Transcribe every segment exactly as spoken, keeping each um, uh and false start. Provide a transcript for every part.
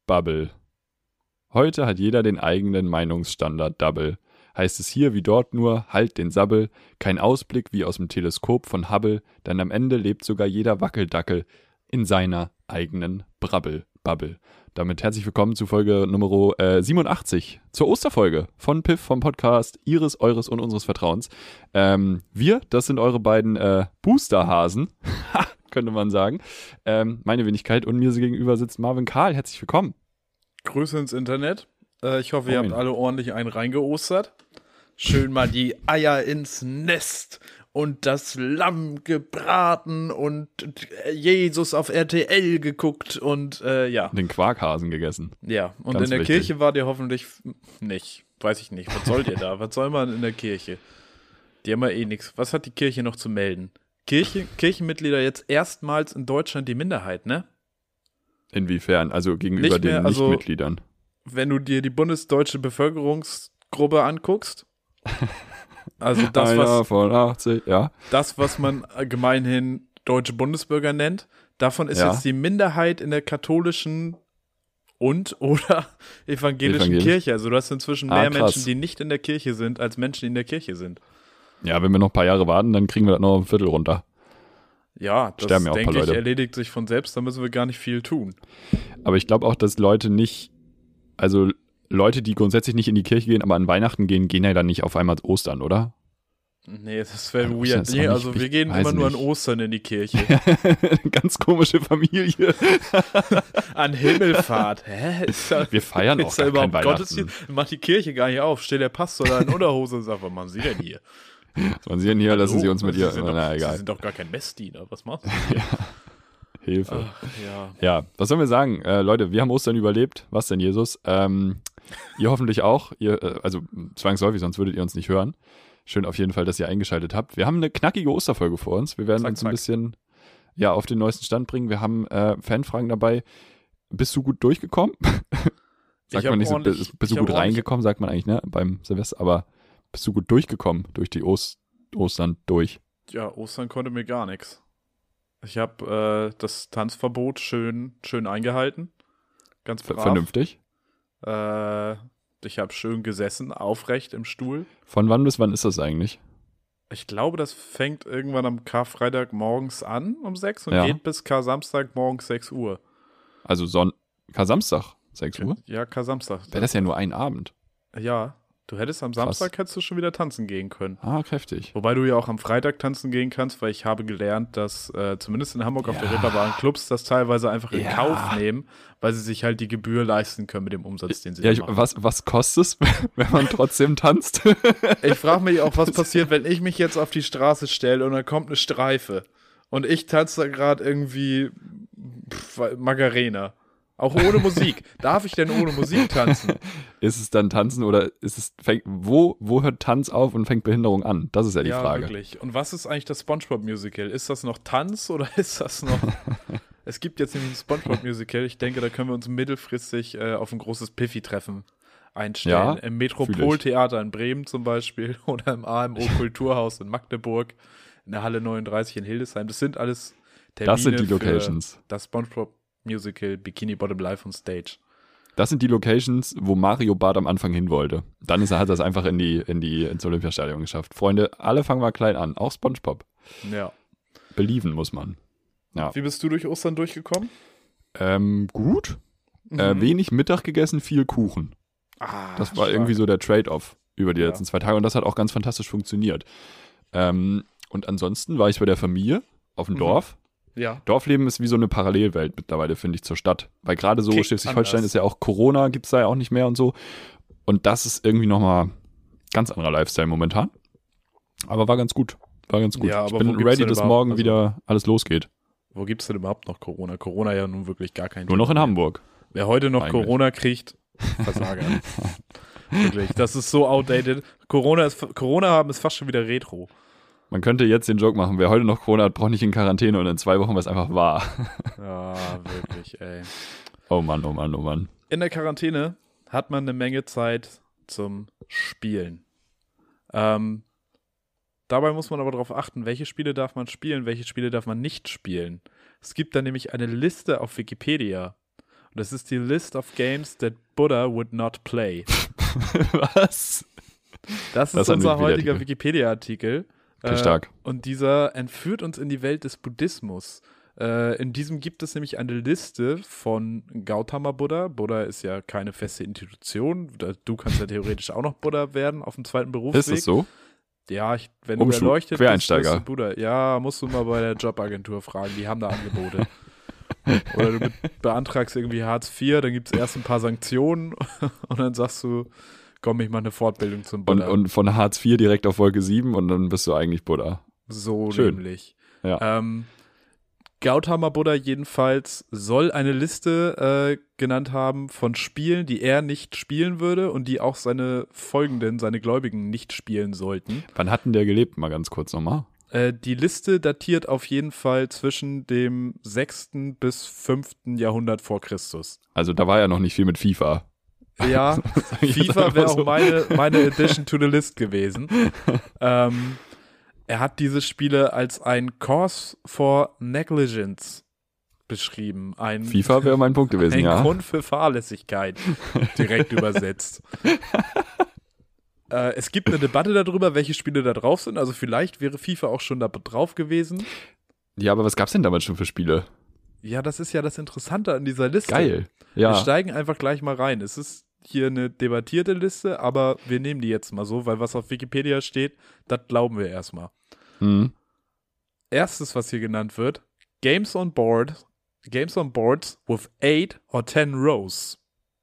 Bubble. Heute hat jeder den eigenen Meinungsstandard Double. Heißt es hier wie dort nur, halt den Sabbel, kein Ausblick wie aus dem Teleskop von Hubble, denn am Ende lebt sogar jeder Wackeldackel in seiner eigenen Brabbel, Bubble. Damit herzlich willkommen zu Folge Nummer äh, siebenundachtzig, zur Osterfolge von Piff, vom Podcast Ihres, Eures und unseres Vertrauens. Ähm, wir, das sind eure beiden äh, Boosterhasen, könnte man sagen. Ähm, meine Wenigkeit und mir gegenüber sitzt Marvin Karl. Herzlich willkommen. Grüße ins Internet. Äh, ich hoffe, ihr Moin. habt alle ordentlich einen reingeostert. Schön mal die Eier ins Nest und das Lamm gebraten und Jesus auf R T L geguckt und äh, ja. Den Quarkhasen gegessen. Ja, und Ganz in der wichtig. Kirche wart ihr hoffentlich nicht. Weiß ich nicht. Was sollt ihr da? Was soll man in der Kirche? Die haben ja eh nichts. Was hat die Kirche noch zu melden? Kirche, Kirchenmitglieder jetzt erstmals in Deutschland die Minderheit, ne? Inwiefern? Also gegenüber Nicht mehr, den also- Nichtmitgliedern. Wenn du dir die bundesdeutsche Bevölkerungsgruppe anguckst, also das, Einer was, von achtzig, ja. das, was man gemeinhin deutsche Bundesbürger nennt, davon ist Ja. jetzt die Minderheit in der katholischen und oder evangelischen Evangelisch. Kirche. Also du hast inzwischen Ah, mehr krass. Menschen, die nicht in der Kirche sind, als Menschen, die in der Kirche sind. Ja, wenn wir noch ein paar Jahre warten, dann kriegen wir das noch ein Viertel runter. Ja, das Sterben ja auch ein denke paar ich, Leute. erledigt sich von selbst, da müssen wir gar nicht viel tun. Aber ich glaube auch, dass Leute nicht, also Leute, die grundsätzlich nicht in die Kirche gehen, aber an Weihnachten gehen, gehen ja dann nicht auf einmal Ostern, oder? Nee, das wäre Ja, weird. das ist Nee, auch also nicht- wir ich gehen weiß immer nur an nicht. Ostern in die Kirche. Ganz komische Familie. An Himmelfahrt. Hä? Ist da, Wir feiern auch ist da gar kein überhaupt Weihnachten. Gottesdienst? Macht die Kirche gar nicht auf. Steht der Pastor da in Unterhose und sagt, was machen Sie denn hier? Man sehen hier, lassen Hallo? sie uns mit Sie ihr. sind, Na doch, egal. Sie sind doch gar kein Messdiener. Was machen Sie hier? Hilfe. Ach, ja. Ja, was sollen wir sagen? Äh, Leute, wir haben Ostern überlebt. Was denn, Jesus? Ähm, ihr hoffentlich auch. Ihr, äh, also zwangsläufig, sonst würdet ihr uns nicht hören. Schön auf jeden Fall, dass ihr eingeschaltet habt. Wir haben eine knackige Osterfolge vor uns. Wir werden Zack, uns ein zack. bisschen ja, auf den neuesten Stand bringen. Wir haben äh, Fanfragen dabei. Bist du gut durchgekommen? Sagt Ich hab man nicht so, ordentlich- bist, bist du ich hab gut ordentlich- reingekommen, sagt man eigentlich, ne? Beim Silvester. Aber bist du gut durchgekommen durch die Ost Ostern durch? Ja, Ostern konnte mir gar nichts. Ich habe äh, das Tanzverbot schön, schön eingehalten. Ganz Ver- brav. Vernünftig? Äh, ich habe schön gesessen, aufrecht im Stuhl. Von wann bis wann ist das eigentlich? Ich glaube, das fängt irgendwann am Karfreitag morgens an um sechs und Ja. geht bis Kar-Samstag morgens sechs Uhr. Also Son Kar-Samstag, sechs Uhr? Ja, Kar-Samstag. Wäre das ja nur ein Abend. Ja, du hättest am Samstag hättest du schon wieder tanzen gehen können. Ah, kräftig. Wobei du ja auch am Freitag tanzen gehen kannst, weil ich habe gelernt, dass äh, zumindest in Hamburg auf der Ja. Reeperbahn Clubs das teilweise einfach in Ja. Kauf nehmen, weil sie sich halt die Gebühr leisten können mit dem Umsatz, den sie Ja, da ich, machen. was, was kostet es, wenn man trotzdem tanzt? Ich frage mich auch, was passiert, wenn ich mich jetzt auf die Straße stelle und dann kommt eine Streife und ich tanze da gerade irgendwie pf, Macarena. Auch ohne Musik. Darf ich denn ohne Musik tanzen? Ist es dann Tanzen oder ist es, fängt, wo, wo hört Tanz auf und fängt Behinderung an? Das ist ja die Ja, Frage. wirklich. Und was ist eigentlich das SpongeBob-Musical? Ist das noch Tanz oder ist das noch... Es gibt jetzt nämlich ein SpongeBob-Musical. Ich denke, da können wir uns mittelfristig äh, auf ein großes Piffy-Treffen einstellen. Ja, Im Metropoltheater in Bremen zum Beispiel oder im A M O-Kulturhaus in Magdeburg, in der Halle neununddreißig in Hildesheim. Das sind alles Termine Das sind die für Locations. das SpongeBob-Musical Bikini Bottom Live on Stage. Das sind die Locations, wo Mario Barth am Anfang hin wollte. Dann ist er, hat er es einfach in die, in die, ins Olympiastadion geschafft. Freunde, alle fangen wir klein an. Auch SpongeBob. Ja. Believen muss man. Ja. Wie bist du durch Ostern durchgekommen? Ähm, gut. Äh, Mhm. wenig Mittag gegessen, viel Kuchen. Ah, Das war stark. irgendwie so der Trade-off über die Ja. letzten zwei Tage und das hat auch ganz fantastisch funktioniert. Ähm, und ansonsten war ich bei der Familie auf dem Mhm. Dorf. Ja. Dorfleben ist wie so eine Parallelwelt mittlerweile, finde ich, zur Stadt. Weil gerade so Kickt Schleswig-Holstein anders. ist ja auch Corona, gibt es da ja auch nicht mehr und so. Und das ist irgendwie nochmal ganz anderer Lifestyle momentan. Aber war ganz gut. War ganz gut. Ja, ich aber bin wo gibt's ready, denn dass überhaupt- morgen also- wieder alles losgeht. Wo gibt's denn überhaupt noch Corona? Corona ja nun wirklich gar kein Nur noch in Thema mehr. Hamburg. Wer heute noch Eigentlich. Corona kriegt, Versager. Wirklich, das ist so outdated. Corona, ist, Corona haben ist fast schon wieder Retro. Man könnte jetzt den Joke machen, wer heute noch Corona hat, braucht nicht in Quarantäne und in zwei Wochen war es einfach wahr. Ja, wirklich, ey. Oh Mann, oh Mann, oh Mann. In der Quarantäne hat man eine Menge Zeit zum Spielen. Ähm, dabei muss man aber darauf achten, welche Spiele darf man spielen, welche Spiele darf man nicht spielen. Es gibt da nämlich eine Liste auf Wikipedia. Und das ist die List of games that Buddha would not play. Was? Das ist, Das ist ein unser heutiger Wikipedia-Artikel. Wikipedia-Artikel. Okay, Äh, stark. Und dieser entführt uns in die Welt des Buddhismus. Äh, in diesem gibt es nämlich eine Liste von Gautama Buddha. Buddha ist ja keine feste Institution. Da- Du kannst ja theoretisch auch noch Buddha werden auf dem zweiten Berufsweg. Ist das so? Ja, ich, wenn du Umschul- erleuchtet bist, Quereinsteiger. bist du Buddha. Ja, musst du mal bei der Jobagentur fragen. Die haben da Angebote. Oder du be- beantragst irgendwie Hartz vier, dann gibt es erst ein paar Sanktionen und dann sagst du, komm, ich mache eine Fortbildung zum Und, Buddha. und von Hartz vier direkt auf Wolke sieben und dann bist du eigentlich Buddha. So Schön. nämlich. Ja. Ähm, Gautama Buddha jedenfalls soll eine Liste äh, genannt haben von Spielen, die er nicht spielen würde und die auch seine Folgenden, seine Gläubigen nicht spielen sollten. Wann hat denn der gelebt? Mal ganz kurz nochmal. Äh, die Liste datiert auf jeden Fall zwischen dem sechsten bis fünften Jahrhundert vor Christus. Also da war ja noch nicht viel mit FIFA. Ja, Ich FIFA sag mal wäre so. auch meine, meine Addition to the List gewesen. ähm, er hat diese Spiele als ein Cause for Negligence beschrieben. Ein, FIFA wäre mein Punkt gewesen, ein ja. Grund für Fahrlässigkeit, direkt übersetzt. Äh, es gibt eine Debatte darüber, welche Spiele da drauf sind. Also vielleicht wäre FIFA auch schon da drauf gewesen. Ja, aber was gab's denn damals schon für Spiele? Ja, das ist ja das Interessante an dieser Liste. Geil. Wir Ja. steigen einfach gleich mal rein. Es ist hier eine debattierte Liste, aber wir nehmen die jetzt mal so, weil was auf Wikipedia steht, das glauben wir erstmal. Mhm. Erstes, was hier genannt wird, Games on Board, Games on Boards with eight or ten rows.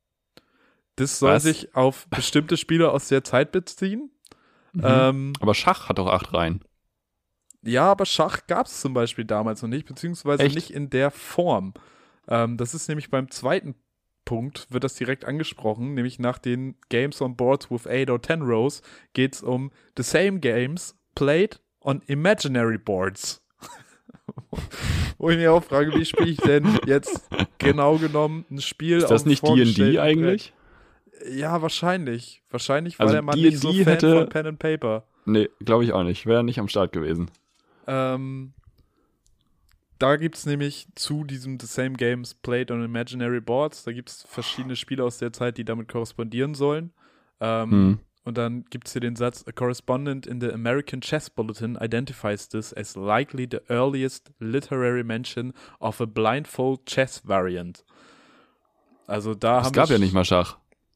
Das soll Was? sich auf bestimmte Spiele aus der Zeit beziehen. Mhm. Ähm, Aber Schach hat doch acht Reihen. ja, aber Schach gab es zum Beispiel damals noch nicht, beziehungsweise Echt? nicht in der Form. Ähm, das ist nämlich beim zweiten Punkt, wird das direkt angesprochen, nämlich nach den Games on Boards with eight or ten rows geht es um the same games played on imaginary boards. Wo ich mir auch frage, wie spiele ich denn jetzt genau genommen ein Spiel Ist das auf dem nicht D und D vorgestellten eigentlich? Brett? Ja, wahrscheinlich. Wahrscheinlich war Also der Mann D und D nicht so Fan hätte- von Pen and Paper. Nee, glaube ich auch nicht. Wäre nicht am Start gewesen. Ähm, da gibt es nämlich zu diesem The Same Games Played on Imaginary Boards, da gibt es verschiedene Spiele aus der Zeit, die damit korrespondieren sollen. Ähm, Hm. Und dann gibt es hier den Satz, a correspondent in the American Chess Bulletin identifies this as likely the earliest literary mention of a blindfold chess variant. Also da Es haben gab wir ja nicht mal Schach.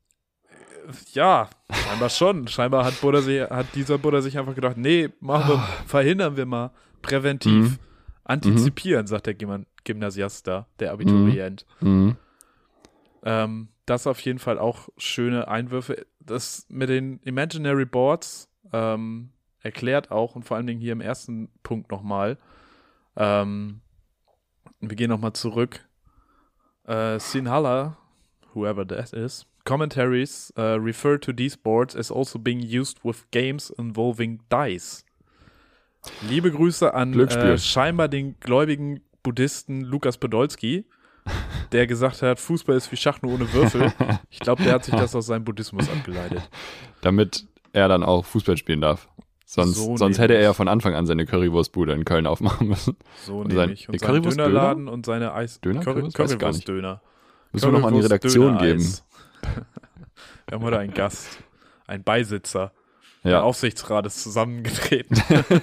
Ja, scheinbar schon. Scheinbar hat, Buddha sich, hat dieser Buddha sich einfach gedacht, nee, machen wir, verhindern wir mal. Präventiv. Mhm. Antizipieren, sagt der Gym- Gymnasiast da, der Abiturient. Mhm. Ähm, das auf jeden Fall auch schöne Einwürfe. Das mit den Imaginary Boards ähm, erklärt auch, und vor allen Dingen hier im ersten Punkt nochmal, ähm, wir gehen nochmal zurück. Äh, Sinhala, whoever that is, commentaries uh, refer to these boards as also being used with games involving dice. Liebe Grüße an Glücksspiel. äh, scheinbar den gläubigen Buddhisten Lukas Podolski, der gesagt hat, Fußball ist wie Schach nur ohne Würfel. Ich glaube, der hat sich das aus seinem Buddhismus abgeleitet. Damit er dann auch Fußball spielen darf. Sonst, So sonst hätte er nämlich. ja von Anfang an seine Currywurstbude in Köln aufmachen müssen. So Und nämlich. sein- Und der sein Currywurst- Dönerladen und seine Eis... Döner? Curry- Currywurst? Weiß ich gar nicht. Currywurst-Döner. Müssen wir nochmal an die Redaktion geben. Currywurst-Döner-Eis. Wir haben heute einen Gast. Ein Beisitzer. Der Ja, Aufsichtsrat ist zusammengetreten.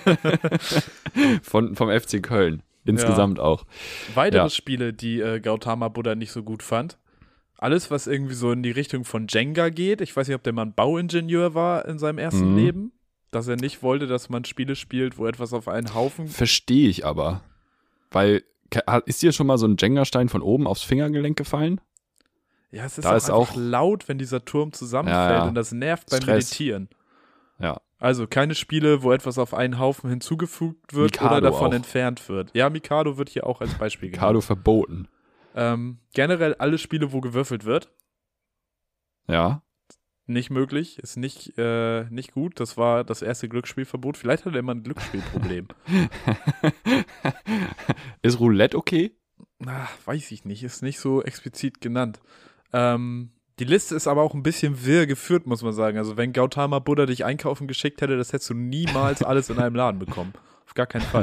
von, vom F C Köln. Insgesamt auch. Weitere Ja. Spiele, die äh, Gautama Buddha nicht so gut fand. Alles, was irgendwie so in die Richtung von Jenga geht. Ich weiß nicht, ob der Mann Bauingenieur war in seinem ersten Mhm. Leben. Dass er nicht wollte, dass man Spiele spielt, wo etwas auf einen Haufen... Verstehe ich aber. Weil, ke- ist dir schon mal so ein Jenga-Stein von oben aufs Fingergelenk gefallen? Ja, es ist Da auch ist einfach auch- laut, wenn dieser Turm zusammenfällt Ja, ja. und das nervt beim Stress. Meditieren. Ja. Also keine Spiele, wo etwas auf einen Haufen hinzugefügt wird Mikado oder davon auch. entfernt wird. Ja, Mikado wird hier auch als Beispiel genannt. Kado verboten. Ähm, generell alle Spiele, wo gewürfelt wird, Ja. nicht möglich, ist nicht, äh, nicht gut. Das war das erste Glücksspielverbot. Vielleicht hat er immer ein Glücksspielproblem. Ist Roulette okay? Na, weiß ich nicht, ist nicht so explizit genannt. Ähm, die Liste ist aber auch ein bisschen wirr geführt, muss man sagen. Also wenn Gautama Buddha dich einkaufen geschickt hätte, das hättest du niemals alles in einem Laden bekommen. Auf gar keinen Fall.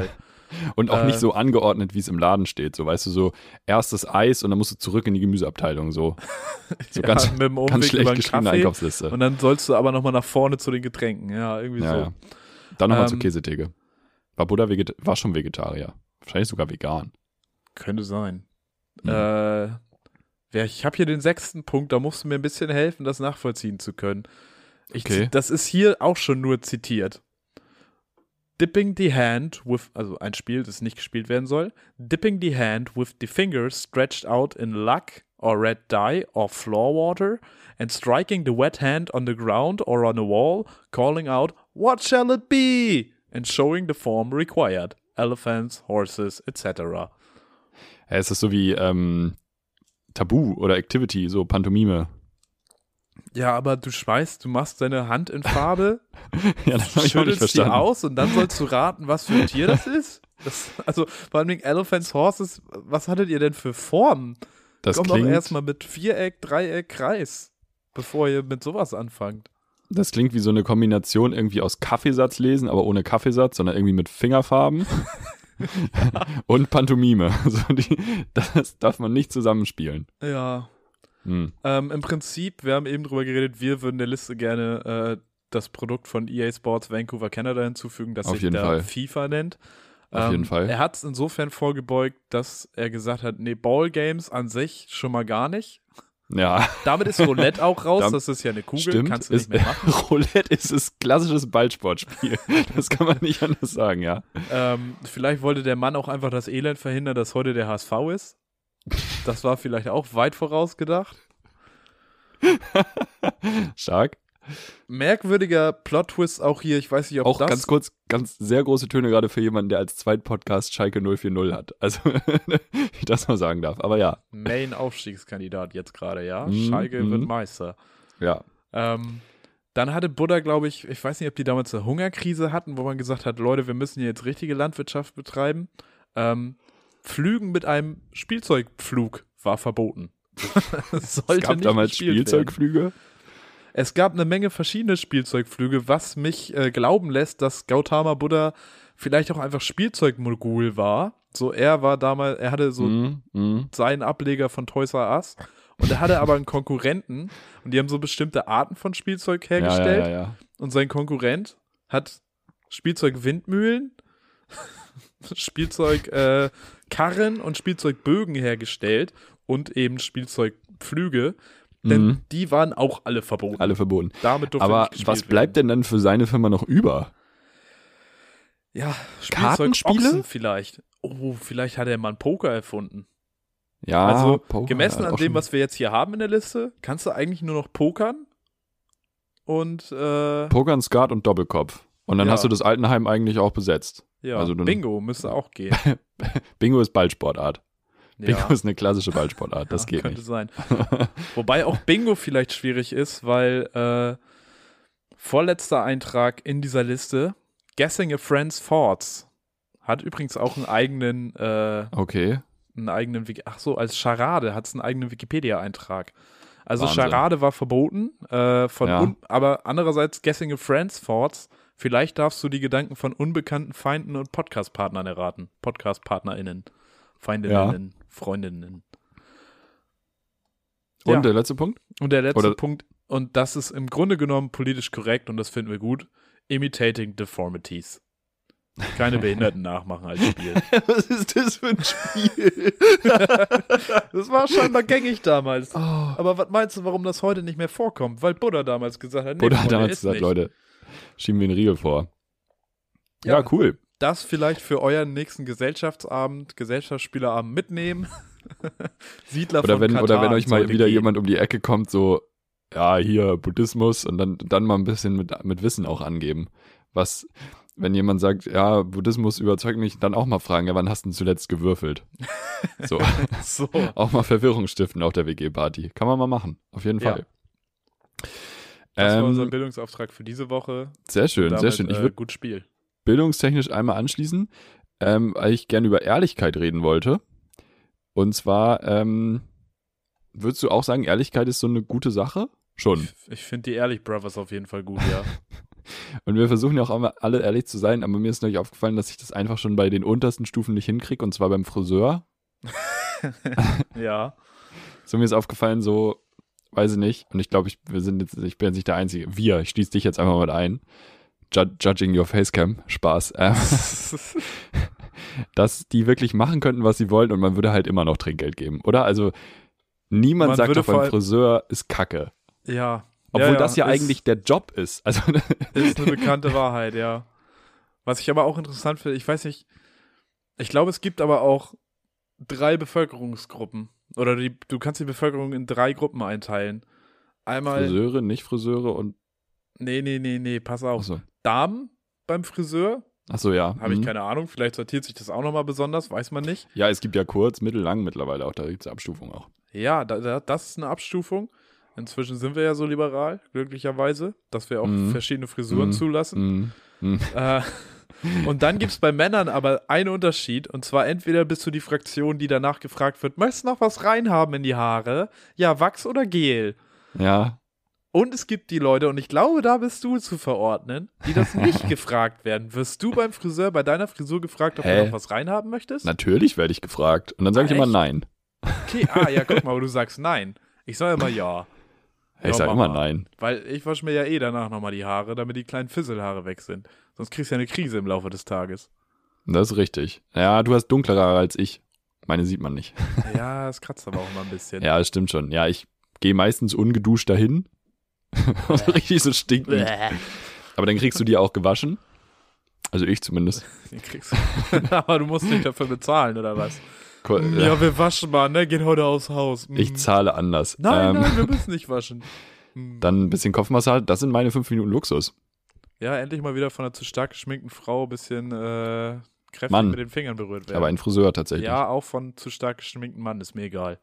Und auch Äh, nicht so angeordnet, wie es im Laden steht. So, weißt du, so erstes Eis und dann musst du zurück in die Gemüseabteilung. So, so Ja, ganz, mit dem Umweg ganz schlecht über den geschriebene Kaffee. Einkaufsliste. Und dann sollst du aber nochmal nach vorne zu den Getränken. Ja, irgendwie Ja, so. ja. Dann nochmal Ähm, zur Käsetheke. War Buddha Veget- war schon Vegetarier. Wahrscheinlich sogar vegan. Könnte sein. Mhm. Äh, wer- ich habe hier den sechsten Punkt, da musst du mir ein bisschen helfen, das nachvollziehen zu können. Ich, Okay. zi- Das ist hier auch schon nur zitiert. Dipping the hand with, also ein Spiel, das nicht gespielt werden soll. Dipping the hand with the fingers stretched out in luck or red dye or floor water and striking the wet hand on the ground or on a wall, calling out, "What shall it be?" and showing the form required. Elephants, horses, et cetera. Ja, es ist so wie ähm, Tabu oder Activity, so Pantomime. Ja, aber du schmeißt, du machst deine Hand in Farbe, Ja, das habe ich auch nicht schüttelst die verstanden. aus und dann sollst du raten, was für ein Tier das ist. Das, also vor allem Elephants, Horses, was hattet ihr denn für Formen? Das Kommt doch klingt, erstmal mit Viereck, Dreieck, Kreis, bevor ihr mit sowas anfangt. das klingt wie so eine Kombination irgendwie aus Kaffeesatz lesen, aber ohne Kaffeesatz, sondern irgendwie mit Fingerfarben. Und Pantomime. So die, das darf man nicht zusammenspielen. Ja. Hm. Ähm, Im Prinzip, wir haben eben drüber geredet, wir würden der Liste gerne äh, das Produkt von E A Sports Vancouver Canada hinzufügen, das Auf sich jeden da Fall. FIFA nennt. Auf Ähm, jeden Fall. Er hat es insofern vorgebeugt, dass er gesagt hat, nee, Ballgames an sich schon mal gar nicht. Ja, Damit ist Roulette auch raus, Dam- das ist ja eine Kugel, stimmt. kannst du Ist, nicht mehr machen. Roulette ist das klassisches Ballsportspiel. Das kann man nicht anders sagen, ja. ähm, vielleicht wollte der Mann auch einfach das Elend verhindern, dass heute der H S V ist. Das war vielleicht auch weit vorausgedacht. Stark. Merkwürdiger Plot-Twist auch hier, ich weiß nicht, ob Auch das... ganz kurz, ganz sehr große Töne gerade für jemanden, der als Zweitpodcast Schalke null vier null hat. Also, wie ich das mal sagen darf. Aber ja, Main-Aufstiegskandidat jetzt gerade, ja. Mhm, Schalke mhm. wird Meister. ja. Ähm, dann hatte Buddha, glaube ich, ich weiß nicht, ob die damals eine Hungerkrise hatten, wo man gesagt hat, Leute, wir müssen hier jetzt richtige Landwirtschaft betreiben. Ähm, Flügen mit einem Spielzeugpflug war verboten. Es sollte Es gab nicht damals gespielt Spielzeugflüge. werden. Es gab eine Menge verschiedene Spielzeugflüge, was mich äh, glauben lässt, dass Gautama Buddha vielleicht auch einfach Spielzeugmogul war. So, er war damals, er hatte so Mhm, mhm. seinen Ableger von Toys R Us. Und er hatte aber einen Konkurrenten und die haben so bestimmte Arten von Spielzeug Ja, hergestellt. ja, ja, ja. Und sein Konkurrent hat Spielzeug-Windmühlen, Spielzeug-Karren äh, Karren und Spielzeugbögen hergestellt und eben Spielzeugpflüge. Denn Mhm. die waren auch alle verboten. Alle verboten. Damit durfte Aber nicht gespielt was bleibt denn dann für seine Firma noch über? werden. Ja, Kartenspiele? Spielzeug-Ochsen vielleicht. Oh, vielleicht hat er mal einen Poker erfunden. Ja, Also Poker gemessen hat an auch dem, schon- was wir jetzt hier haben in der Liste, kannst du eigentlich nur noch pokern und äh, Pokern, Skat und Doppelkopf. Und dann Ja. hast du das Altenheim eigentlich auch besetzt. ja, also dann- Bingo müsste auch gehen. Bingo ist Ballsportart. Bingo Ja, ist eine klassische Ballsportart. Das ja, geht könnte nicht. sein. Wobei auch Bingo vielleicht schwierig ist, weil äh, vorletzter Eintrag in dieser Liste, Guessing a Friend's Thoughts, hat übrigens auch einen eigenen, äh, Okay. einen eigenen, Wiki- ach so, als Charade hat es einen eigenen Wikipedia-Eintrag. Also Wahnsinn. Charade war verboten, äh, von Ja. un- aber andererseits Guessing a Friend's Thoughts, vielleicht darfst du die Gedanken von unbekannten Feinden und Podcast-Partnern erraten. Podcast-PartnerInnen, Feindinnen, Freundinnen. Und Ja. der letzte Punkt? Und der letzte Oder- Punkt, und das ist im Grunde genommen politisch korrekt und das finden wir gut, imitating deformities. Keine Behinderten nachmachen als Spiel. Was ist das für ein Spiel? Das war scheinbar gängig damals. oh. Aber was meinst du, warum das heute nicht mehr vorkommt? Weil Buddha damals gesagt hat, nee, Buddha hat Freunde, damals ist gesagt, nicht. Leute, schieben wir einen Riegel vor. Ja, Ja. cool. Das vielleicht für euren nächsten Gesellschaftsabend, Gesellschaftsspielerabend mitnehmen. Siedler Oder von wenn, oder wenn Katan euch mal sollte wieder gehen. jemand um die Ecke kommt, so, ja, hier, Buddhismus und dann, dann mal ein bisschen mit, mit Wissen auch angeben. Was, wenn jemand sagt, ja, Buddhismus überzeugt mich, dann auch mal fragen, ja, wann hast du denn zuletzt gewürfelt? So, So. auch mal Verwirrung stiften auf der W G-Party. Kann man mal machen, auf jeden Ja. Fall. Das war Ähm, unser Bildungsauftrag für diese Woche. sehr schön, Damit, sehr schön. Ich äh, würde gut Spiel. bildungstechnisch einmal anschließen, ähm, weil ich gerne über Ehrlichkeit reden wollte. Und zwar, ähm, würdest du auch sagen, Ehrlichkeit ist so eine gute Sache? Schon. Ich, ich finde die Ehrlich Brothers auf jeden Fall gut, ja. Und wir versuchen ja auch immer alle ehrlich zu sein, aber mir ist neulich aufgefallen, dass ich das einfach schon bei den untersten Stufen nicht hinkriege, und zwar beim Friseur. Ja. So, mir ist aufgefallen, so, weiß ich nicht, und ich glaube, ich, wir sind jetzt, ich bin jetzt nicht der Einzige. Wir, ich schließe dich jetzt einfach mit ein. Ju- judging your facecam, Spaß. Ähm, dass die wirklich machen könnten, was sie wollen, und man würde halt immer noch Trinkgeld geben, oder? Also, niemand Man sagt würde doch beim vor allem- Friseur ist Kacke. Ja. Obwohl ja, das ja ist, eigentlich der Job ist. Also, ist eine bekannte Wahrheit, ja. Was ich aber auch interessant finde, ich weiß nicht, ich glaube, es gibt aber auch drei Bevölkerungsgruppen. Oder die, du kannst die Bevölkerung in drei Gruppen einteilen. Einmal, Friseure, nicht Friseure und. nee, nee, nee, nee, pass auf. Achso, Damen beim Friseur, Achso ja. habe ich Mhm. keine Ahnung, vielleicht sortiert sich das auch nochmal besonders, weiß man nicht. Ja, es gibt ja kurz, mittel, lang mittlerweile auch, da gibt es Abstufungen auch. Ja, da, da, das ist eine Abstufung. Inzwischen sind wir ja so liberal, glücklicherweise, dass wir auch Mhm. verschiedene Frisuren Mhm. zulassen. Mhm. Mhm. Äh, und dann gibt es bei Männern aber einen Unterschied, und zwar entweder bist du die Fraktion, die danach gefragt wird, möchtest du noch was reinhaben in die Haare? Ja, Wachs oder Gel? Ja, Und es gibt die Leute, und ich glaube, da bist du zu verordnen, die das nicht gefragt werden. Wirst du beim Friseur, bei deiner Frisur gefragt, ob Hä? du noch was reinhaben möchtest? natürlich werde ich gefragt. Und dann sage ich Ah, immer echt? nein. Okay, ah, ja, guck mal, aber du sagst nein. Ich sage immer ja. Ich Ja, sage mach immer mal. nein. Weil ich wasche mir ja eh danach nochmal die Haare, damit die kleinen Fisselhaare weg sind. Sonst kriegst du ja eine Krise im Laufe des Tages. Das ist richtig. Ja, du hast dunklere Haare als ich. Meine sieht man nicht. Ja, es kratzt aber auch immer ein bisschen. Ja, das stimmt schon. Ja, ich gehe meistens ungeduscht dahin. Also richtig so stinkend. Aber dann kriegst du die auch gewaschen. Also ich zumindest. Den kriegst du. Aber du musst nicht dafür bezahlen, oder was? Ko- Ja, wir waschen mal, ne? Geht heute aufs Haus. Mm. Ich zahle anders. Nein, Ähm, nein, wir müssen nicht waschen. Mm. Dann ein bisschen Kopfmassage, das sind meine fünf Minuten Luxus. Ja, endlich mal wieder von einer zu stark geschminkten Frau ein bisschen äh, kräftig Mann. mit den Fingern berührt werden. Aber ein Friseur tatsächlich. ja, auch von zu stark geschminkten Mann, ist mir egal.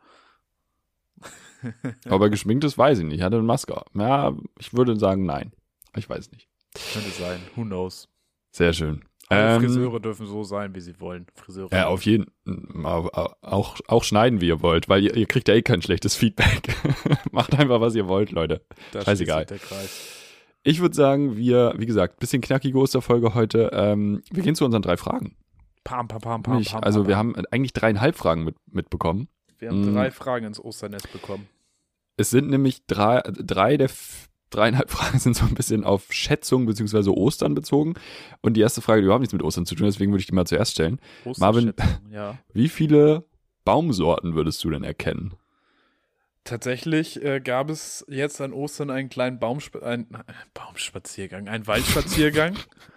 Aber geschminktes weiß ich nicht. Ich hatte eine Maske. Ja, ich würde sagen nein. Ich weiß nicht. Könnte sein, who knows. Sehr schön. Alle Ähm, Friseure dürfen so sein, wie sie wollen. Friseure. Ja, auf jeden Fall. Auch, auch schneiden, wie ihr wollt, weil ihr, ihr kriegt ja eh kein schlechtes Feedback. Macht einfach, was ihr wollt, Leute. Da scheißegal. schließt sich der Kreis. Ich würde sagen, wir, wie gesagt, bisschen knackige Osterfolge heute. Ähm, wir gehen zu unseren drei Fragen. Pam, pam, pam, pam, Nämlich, pam, also pam, wir pam. haben eigentlich dreieinhalb Fragen mit, mitbekommen. Wir haben Mm. drei Fragen ins Osternest bekommen. Es sind nämlich drei, drei der f- dreieinhalb Fragen sind so ein bisschen auf Schätzung bzw. Ostern bezogen. Und die erste Frage, die überhaupt nichts mit Ostern zu tun hat, deswegen würde ich die mal zuerst stellen. Marvin- Osterschätzung, ja. Wie viele Baumsorten würdest du denn erkennen? Tatsächlich äh, gab es jetzt an Ostern einen kleinen Baumspa ein, äh, Baumspaziergang, einen Waldspaziergang.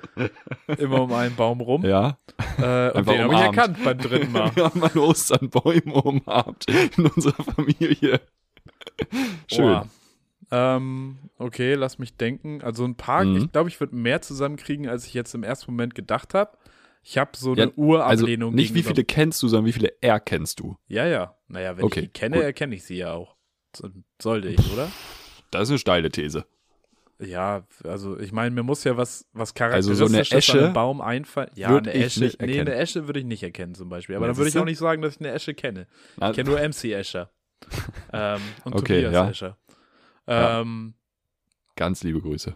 Immer um einen Baum rum. Ja. Äh, und Einfach den habe ich umarmt. erkannt beim dritten Mal. Wir haben an Ostern Bäume umarmt in unserer Familie. Schön. Boah. Ähm, okay, lass mich denken. Also ein paar, Mhm. ich glaube, ich würde mehr zusammenkriegen, als ich jetzt im ersten Moment gedacht habe. Ich habe so Ja, eine Also Urablehnung. nicht wie gegenüber- viele kennst du, sondern wie viele erkennst du. Ja, ja. Naja, wenn Okay, ich die kenne, gut. erkenne ich sie ja auch. So- Sollte ich, oder? Das ist eine steile These. Ja, also ich meine, mir muss ja was, was Also so eine Charakteristisches an Esche einem Baum einfallen. Ja, würd eine ich Esche. nicht Nee, erkennen. eine Esche würde ich nicht erkennen zum Beispiel. Aber Ja, dann würde ich siehste? auch nicht sagen, dass ich eine Esche kenne. Na, Ich kenne nur M C Escher. ähm, und Okay, Tobias ja. Escher. Ja. Ähm, Ganz liebe Grüße.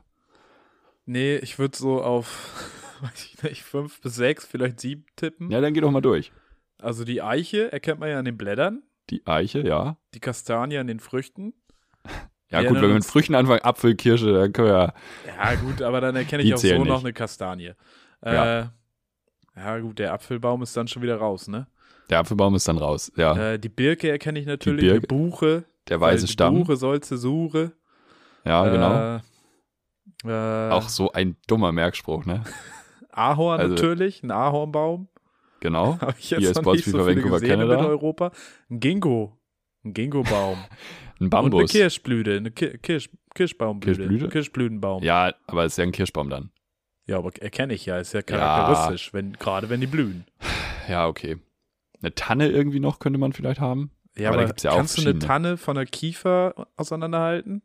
nee, ich würde so auf, weiß ich nicht, fünf bis sechs, vielleicht sieben tippen. Ja, dann geh doch mal durch. Also die Eiche erkennt man ja an den Blättern, Die Eiche, ja. die Kastanie an den Früchten. Ja, Wir gut, wenn wir erinnern mit uns- Früchten anfangen, Apfel, Kirsche, dann können wir ja. Ja, gut, aber dann erkenne Die ich auch so zählen noch nicht. eine Kastanie. Ja. Äh, ja, gut, der Apfelbaum ist dann schon wieder raus, ne? Der Apfelbaum ist dann raus. Ja. Äh, die Birke erkenne ich natürlich, Birke, die Buche. der weil weiße die Stamm. Buche sollste Sure. Ja, genau. Äh, äh, Auch so ein dummer Merkspruch, ne? Ahorn also- natürlich, ein Ahornbaum. Genau. Habe ich Hier jetzt ist noch nicht Botsby so für viele Vancouver, gesehen in Kanada. Mitteleuropa. Ein Ginkgo. Ein Ginkgo-Baum. Ein Und eine Bambus. Kirschblüte, eine Ki Kirsch Kirschbaumblüte. Kirschblüte? Kirschblütenbaum. Ja, aber es ist ja ein Kirschbaum dann. Ja, aber erkenne ich ja, ist ja charakteristisch, wenn, gerade wenn die blühen. Ja, okay. Eine Tanne irgendwie noch könnte man vielleicht haben. Ja, Aber aber, da gibt's ja auch kannst du eine verschiedene. Tanne von einer Kiefer auseinanderhalten?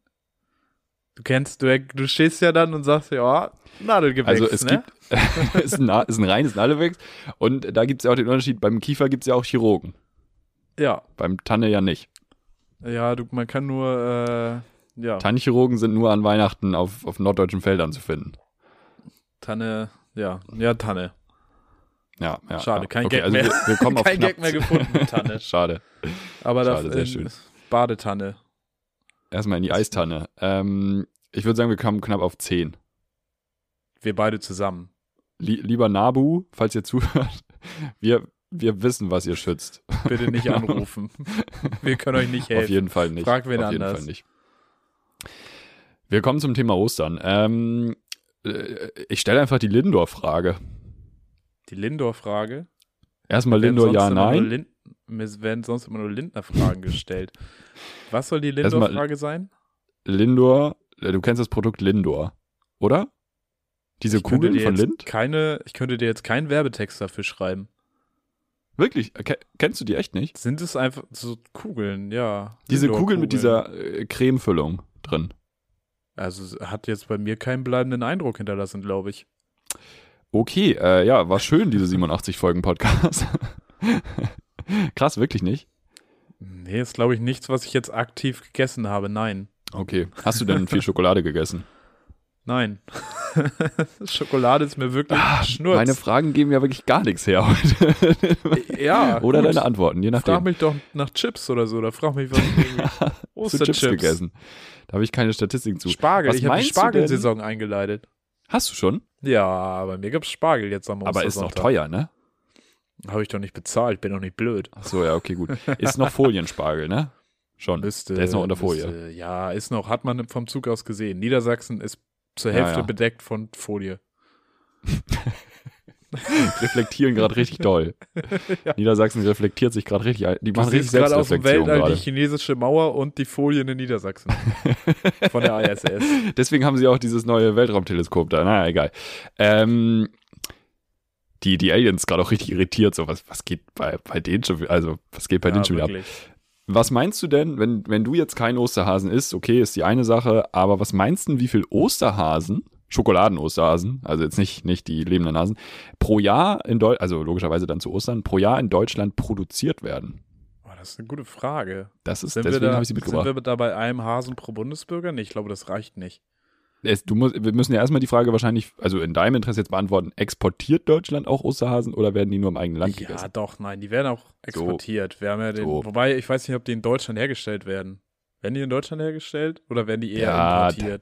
Du kennst, du, du stehst ja dann und sagst, ja, Nadelgewächs, Also es ne? gibt, ist, ein, Na- ist ein reines Nadelwechs. Und da gibt es ja auch den Unterschied, beim Kiefer gibt es ja auch Chirurgen. Ja, Beim Tanne ja nicht. ja, du, man kann nur, äh, ja. Tannenchirurgen sind nur an Weihnachten auf, auf norddeutschen Feldern zu finden. Tanne, ja, ja, Tanne. Ja, ja. Schade, ja. kein okay, Gag also mehr. Wir, wir kommen auf Kein knapp Gag mehr gefunden mit Tanne. Schade. Aber Schade, da, sehr äh, schön. Badetanne. Erstmal in die Eistanne. Ähm, ich würde sagen, wir kommen knapp auf zehn. Wir beide zusammen. Lie- lieber Nabu, falls ihr zuhört, wir, wir wissen, was ihr schützt. Bitte nicht anrufen. Wir können euch nicht helfen. Auf jeden Fall nicht. Frag wen Auf jeden anders. Fall nicht. Wir kommen zum Thema Ostern. Ähm, äh, ich stelle einfach die Lindor-Frage. Die Lindor-Frage. Erstmal Werden Lindor, sonst ja, immer nur nein. Lin- Mir werden sonst immer nur Lindner-Fragen gestellt. Was soll die Erstmal- Lindor-Frage sein? Lindor, äh, du kennst das Produkt Lindor, oder? Diese Ich könnte Kugeln dir von jetzt Lind? Keine, ich könnte dir jetzt keinen Werbetext dafür schreiben. Wirklich? Ke- Kennst du die echt nicht? Sind es einfach so Kugeln, ja. Diese Kugeln Lindor-Kugeln. mit dieser äh, Cremefüllung drin. Also es hat jetzt bei mir keinen bleibenden Eindruck hinterlassen, glaube ich. Okay, äh, ja, war schön, diese siebenundachtzig Folgen Podcast. Krass, wirklich nicht? Nee, ist glaube ich nichts, was ich jetzt aktiv gegessen habe. Nein. Okay. Hast du denn viel Schokolade gegessen? Nein. Schokolade ist mir wirklich Schnurz. Meine Fragen geben ja wirklich gar nichts her heute. ja, Oder gut. deine Antworten, je Frag nachdem. mich doch nach Chips oder so. Oder frag mich, was ich irgendwie... Hast du Osterchips. Chips gegessen? Da habe ich keine Statistiken zu. Spargel. Was Ich habe die meinst du Spargelsaison eingeleitet. Hast du schon? Ja, bei mir gibt's Spargel jetzt am Aber ist noch Ostersonntag. teuer, ne? Habe ich doch nicht bezahlt. Bin doch nicht blöd. Ach so, ja, okay, gut. Ist noch Folienspargel, ne? Schon. Müsste, Der ist noch unter Folie. Müsste, ja, ist noch. Hat man vom Zug aus gesehen. Niedersachsen ist zur Ja, Hälfte ja. bedeckt von Folie. Reflektieren gerade richtig doll. Ja. Niedersachsen reflektiert sich gerade richtig ein. Die Du machen richtig siehst gerade aus dem Selbstreflexion Weltall die gerade. chinesische Mauer und die Folien in Niedersachsen. Von der I S S. Deswegen haben sie auch dieses neue Weltraumteleskop da. Naja, egal. Ähm, die, die Aliens gerade auch richtig irritiert. So, was, was geht bei, bei denen schon, also, was geht bei Ja, denen schon wieder ab? wirklich. Was meinst du denn, wenn, wenn du jetzt kein Osterhasen isst, okay, ist die eine Sache, aber was meinst du, wie viel Osterhasen, Schokoladen-Osterhasen, also jetzt nicht, nicht die lebenden Hasen, pro Jahr in Deutschland, also logischerweise dann zu Ostern, pro Jahr in Deutschland produziert werden? Oh, das ist eine gute Frage. Das ist, Sind wir, deswegen da, habe ich sie sind mitgebracht. wir da bei einem Hasen pro Bundesbürger? Nee, ich glaube, das reicht nicht. Es, du musst, wir müssen ja erstmal die Frage wahrscheinlich, also in deinem Interesse jetzt beantworten, exportiert Deutschland auch Osterhasen oder werden die nur im eigenen Land Ja, gegessen? doch, nein, die werden auch exportiert. Wir haben ja den, So. Wobei, ich weiß nicht, ob die in Deutschland hergestellt werden. Werden die in Deutschland hergestellt oder werden die eher Ja, importiert?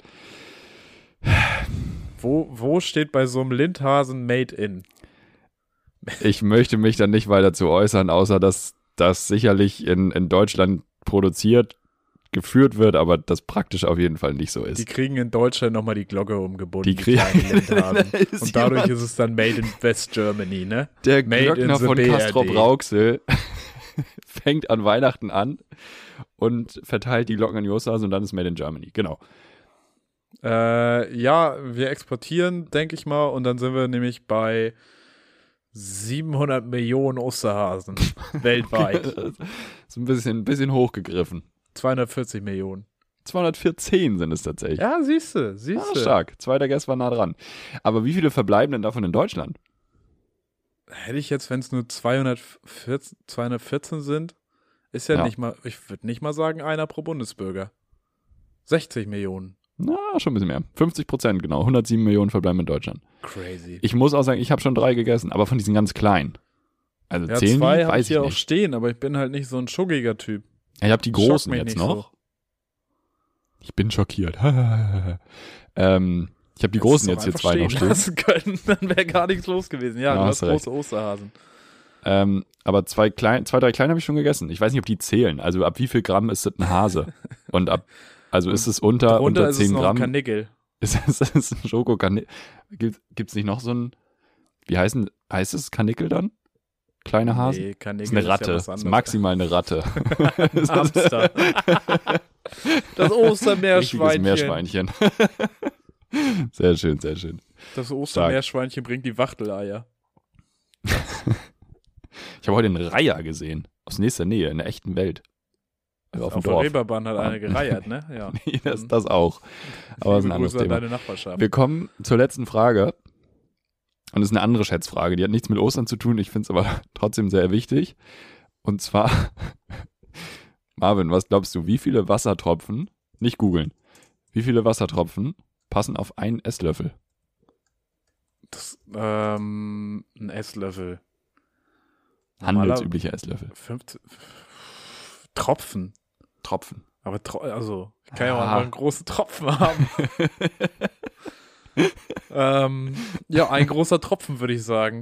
Wo, wo steht bei so einem Lindhasen Made in? Ich möchte mich dann nicht weiter zu äußern, außer dass das sicherlich in, in Deutschland produziert, geführt wird, aber das praktisch auf jeden Fall nicht so Die ist. kriegen in Deutschland nochmal die Glocke umgebunden. Die kriegen- kleinen Lindhasen. Da ist Und dadurch jemand- ist es dann Made in West Germany, ne? Der Made Glöckner in the von B R D. Castrop Rauxel fängt an Weihnachten an und verteilt die Glocken an die Osterhasen und dann ist Made in Germany. Genau. Äh, ja, wir exportieren, denke ich mal, und dann sind wir nämlich bei siebenhundert Millionen Osterhasen weltweit. So ein bisschen, ein bisschen hochgegriffen. zweihundertvierzig Millionen. zweihundertvierzehn sind es tatsächlich. Ja, siehst du, siehst Ah, du. stark. Zweiter Guest war nah dran. Aber wie viele verbleiben denn davon in Deutschland? Hätte ich jetzt, wenn es nur zweihundertvierzehn, zweihundertvierzehn sind, ist ja, Ja. nicht mal, ich würde nicht mal sagen, einer pro Bundesbürger. sechzig Millionen. Na, schon ein bisschen mehr. fünfzig Prozent, genau. hundertsieben Millionen verbleiben in Deutschland. Crazy. Ich muss auch sagen, ich habe schon drei gegessen, aber von diesen ganz kleinen. Also Ja, zählen zwei die? habe ich Weiß ich hier auch nicht. stehen, aber ich bin halt nicht so ein schuggiger Typ. Ich habe die Schockt großen mich jetzt nicht noch. Ich bin schockiert. ähm, ich habe die großen jetzt hier Hättest zwei du noch einfach stehen. lassen können, dann wäre gar nichts los gewesen. Ja, Ja, du hast hast recht. große Osterhasen. Ähm, aber zwei, klein, zwei, drei kleine habe ich schon gegessen. Ich weiß nicht, ob die zählen. Also ab wie viel Gramm ist das ein Hase? Und ab, also ist es unter, Darunter unter ist es zehn noch Gramm? ein Kanickel. Ist es ist ein Schokokanickel? Gibt es nicht noch so ein, wie heißen, heißt es Kanickel dann? Kleine Hasen? Nee, Das Kanickel ist eine Ratte. Ja das was ist anderes. maximal eine Ratte. Ein Hamster. Das Richtiges Ostermeerschweinchen. Meerschweinchen. Sehr schön, sehr schön. Das Ostermeerschweinchen bringt die Wachteleier. Ich habe heute einen Reiher gesehen. Aus nächster Nähe, in der echten Welt. Also auf dem Auf der Dorf. Reeperbahn hat eine gereiert, ne? Ja. Nee, das, das auch. Aber das ist ein Liebe anderes Grüße an Thema. deine Nachbarschaft. Wir kommen zur letzten Frage. Und das ist eine andere Schätzfrage. Die hat nichts mit Ostern zu tun. Ich finde es aber trotzdem sehr wichtig. Und zwar, Marvin, was glaubst du, wie viele Wassertropfen, nicht googeln, wie viele Wassertropfen passen auf einen Esslöffel? Das, ähm, ein Esslöffel. Handelsüblicher Esslöffel. Fünf, Tropfen. Tropfen. Aber tro- also, ich kann ja auch Ah. einfach einen großen Tropfen haben. ähm, ja, ein großer Tropfen, würde ich sagen.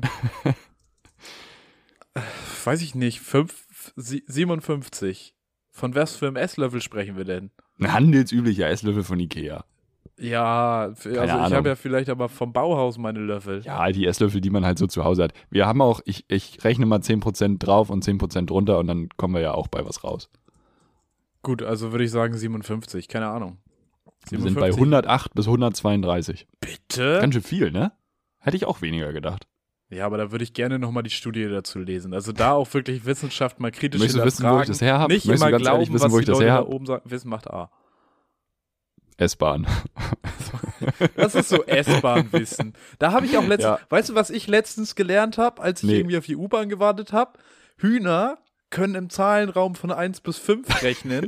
Äh, Weiß ich nicht, fünf, sie, siebenundfünfzig. Von was für einem Esslöffel sprechen wir denn? Ein handelsüblicher Esslöffel von Ikea. Ja, f- also Keine ich Ahnung. habe ja vielleicht aber vom Bauhaus meine Löffel. Ja, die Esslöffel, die man halt so zu Hause hat. Wir haben auch, ich, ich rechne mal zehn Prozent drauf und zehn Prozent drunter und dann kommen wir ja auch bei was raus. Gut, also würde ich sagen siebenundfünfzig, keine Ahnung. Wir sind bei hundertacht bis hundertzweiunddreißig. Bitte? Ganz schön viel, ne? Hätte ich auch weniger gedacht. Ja, aber da würde ich gerne nochmal die Studie dazu lesen. Also da auch wirklich Wissenschaft mal kritisch Möchtest du wissen, wo ich hinterfragen. das her habe? Nicht Möchtest du immer ganz glauben, ehrlich wissen, was wo ich die das Leute her da habe? oben sagen. Wissen macht A. S-Bahn. Das ist so S-Bahn-Wissen. Da habe ich auch letztens, Ja. weißt du, was ich letztens gelernt habe, als ich Nee. irgendwie auf die U-Bahn gewartet habe? Hühner können im Zahlenraum von eins bis fünf rechnen.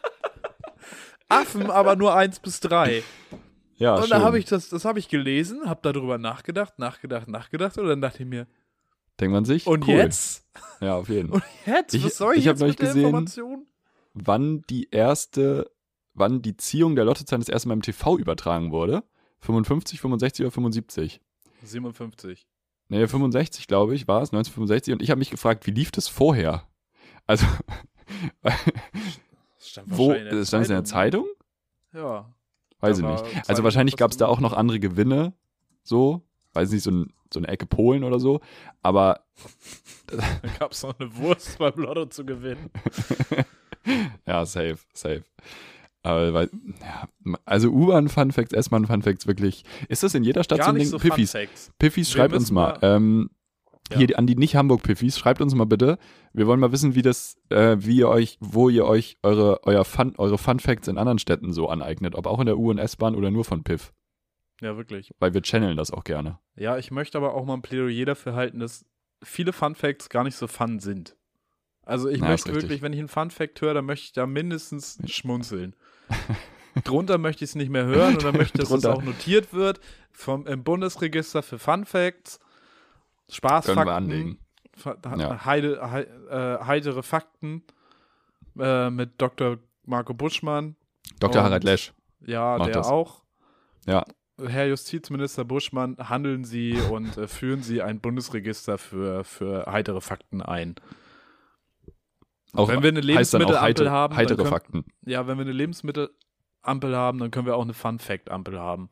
Affen aber nur eins bis drei. Ja, Und schön. da habe ich das, das habe ich gelesen, habe darüber nachgedacht, nachgedacht, nachgedacht und dann dachte ich mir, Denkt man sich? und cool. jetzt? Ja, auf jeden. Und jetzt? Ich- Was soll ich, ich hab jetzt neulich mit der gesehen- Information? Wann die erste, wann die Ziehung der Lottozahlen das erste Mal im T V übertragen wurde? fünfundfünfzig, fünfundsechzig oder fünfundsiebzig? siebenundfünfzig. Nee, fünfundsechzig, glaube ich, war es, neunzehnhundertfünfundsechzig. Und ich habe mich gefragt, wie lief das vorher? Also, Das stand wo, wahrscheinlich in der stand es in der Zeitung? Ja. Weiß ich Da nicht. war Also Zeitung, wahrscheinlich was gab es da du- auch noch andere Gewinne, so, weiß nicht, so, ein, so eine Ecke Polen oder so. Aber Da gab es noch eine Wurst beim Lotto zu gewinnen. ja, safe, safe. Aber, weil, ja, also U-Bahn-Funfacts, S-Bahn-Funfacts wirklich. Ist das in jeder Stadt so Gar ein nicht Ding? so Piffis, Fun Facts. Piffis, Wir schreibt uns müssen mal. mal- Ähm, Ja. Hier die- an die Nicht-Hamburg-Piffis, schreibt uns mal bitte. Wir wollen mal wissen, wie das, äh, wie ihr euch, wo ihr euch eure, euer Fun, eure Fun-Facts in anderen Städten so aneignet. Ob auch in der U- und S-Bahn oder nur von Piff. Ja, wirklich. Weil wir channeln das auch gerne. Ja, ich möchte aber auch mal ein Plädoyer dafür halten, dass viele Fun Facts gar nicht so fun sind. Also ich Na, möchte ist richtig. wirklich, wenn ich einen Fun Fact höre, dann möchte ich da mindestens schmunzeln. Drunter möchte ich es nicht mehr hören und dann möchte ich, dass es Drunter. auch notiert wird vom, im Bundesregister für Fun Facts. Können Spaßfakten. wir anlegen. Fa- Ja. Heide, hei, äh, heitere Fakten äh, mit Doktor Marco Buschmann. Doktor Und- Harald Lesch. Ja, Macht der das. auch. Ja. Herr Justizminister Buschmann, handeln Sie und äh, führen Sie ein Bundesregister für, für heitere Fakten ein. Auch Wenn wir eine heißt dann auch Lebensmittelampel heite- haben, dann heitere können- Fakten. Ja, wenn wir eine Lebensmittelampel haben, dann können wir auch eine Fun-Fact-Ampel haben.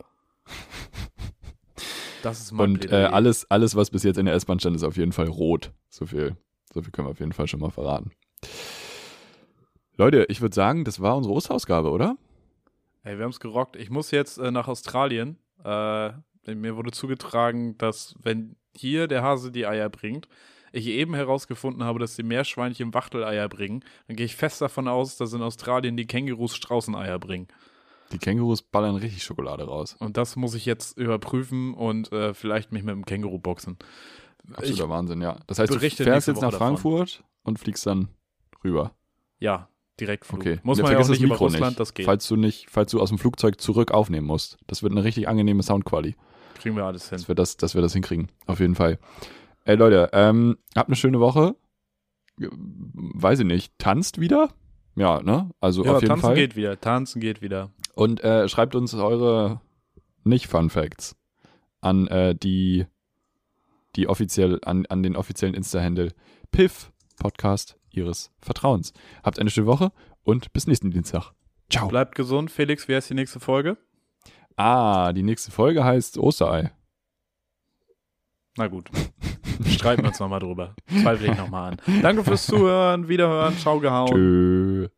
Das ist mein Und äh, Plädoyer. alles, alles, was bis jetzt in der S-Bahn stand, ist auf jeden Fall rot. So viel, so viel können wir auf jeden Fall schon mal verraten. Leute, ich würde sagen, das war unsere Osterhausgabe, oder? Ey, wir haben es gerockt. Ich muss jetzt äh, nach Australien. Äh, mir wurde zugetragen, dass wenn hier der Hase die Eier bringt, ich eben herausgefunden habe, dass die Meerschweinchen Wachteleier bringen, dann gehe ich fest davon aus, dass in Australien die Kängurus Straußeneier bringen. Die Kängurus ballern richtig Schokolade raus. Und das muss ich jetzt überprüfen und äh, vielleicht mich mit dem Känguru boxen. Absoluter Wahnsinn, ja. Das heißt, du berichte fährst nächste jetzt nach Woche davon. Frankfurt und fliegst dann rüber. Ja, Direktflug. Okay. Muss Ja, man ja auch vergiss nicht über das Mikro Russland, nicht, das geht. Falls du nicht, falls du aus dem Flugzeug zurück aufnehmen musst. Das wird eine richtig angenehme Soundqualität. Kriegen wir alles hin. Dass wir das, dass wir das hinkriegen. Auf jeden Fall. Ey Leute, ähm, habt eine schöne Woche. Weiß ich nicht. Tanzt wieder? Ja, ne? Also Ja, auf jeden tanzen Fall. geht wieder. Tanzen geht wieder. Und äh, schreibt uns eure Nicht-Fun-Facts an äh, die, die offiziell, an, an den offiziellen Insta-Handle Piff Podcast ihres Vertrauens. Habt eine schöne Woche und bis nächsten Dienstag. Ciao. Bleibt gesund. Felix, wie heißt die nächste Folge? Ah, die nächste Folge heißt Osterei. Na gut. Streiten wir uns nochmal drüber. Zweifle ich nochmal an. Danke fürs Zuhören. Wiederhören. Ciao gehauen. Tschö.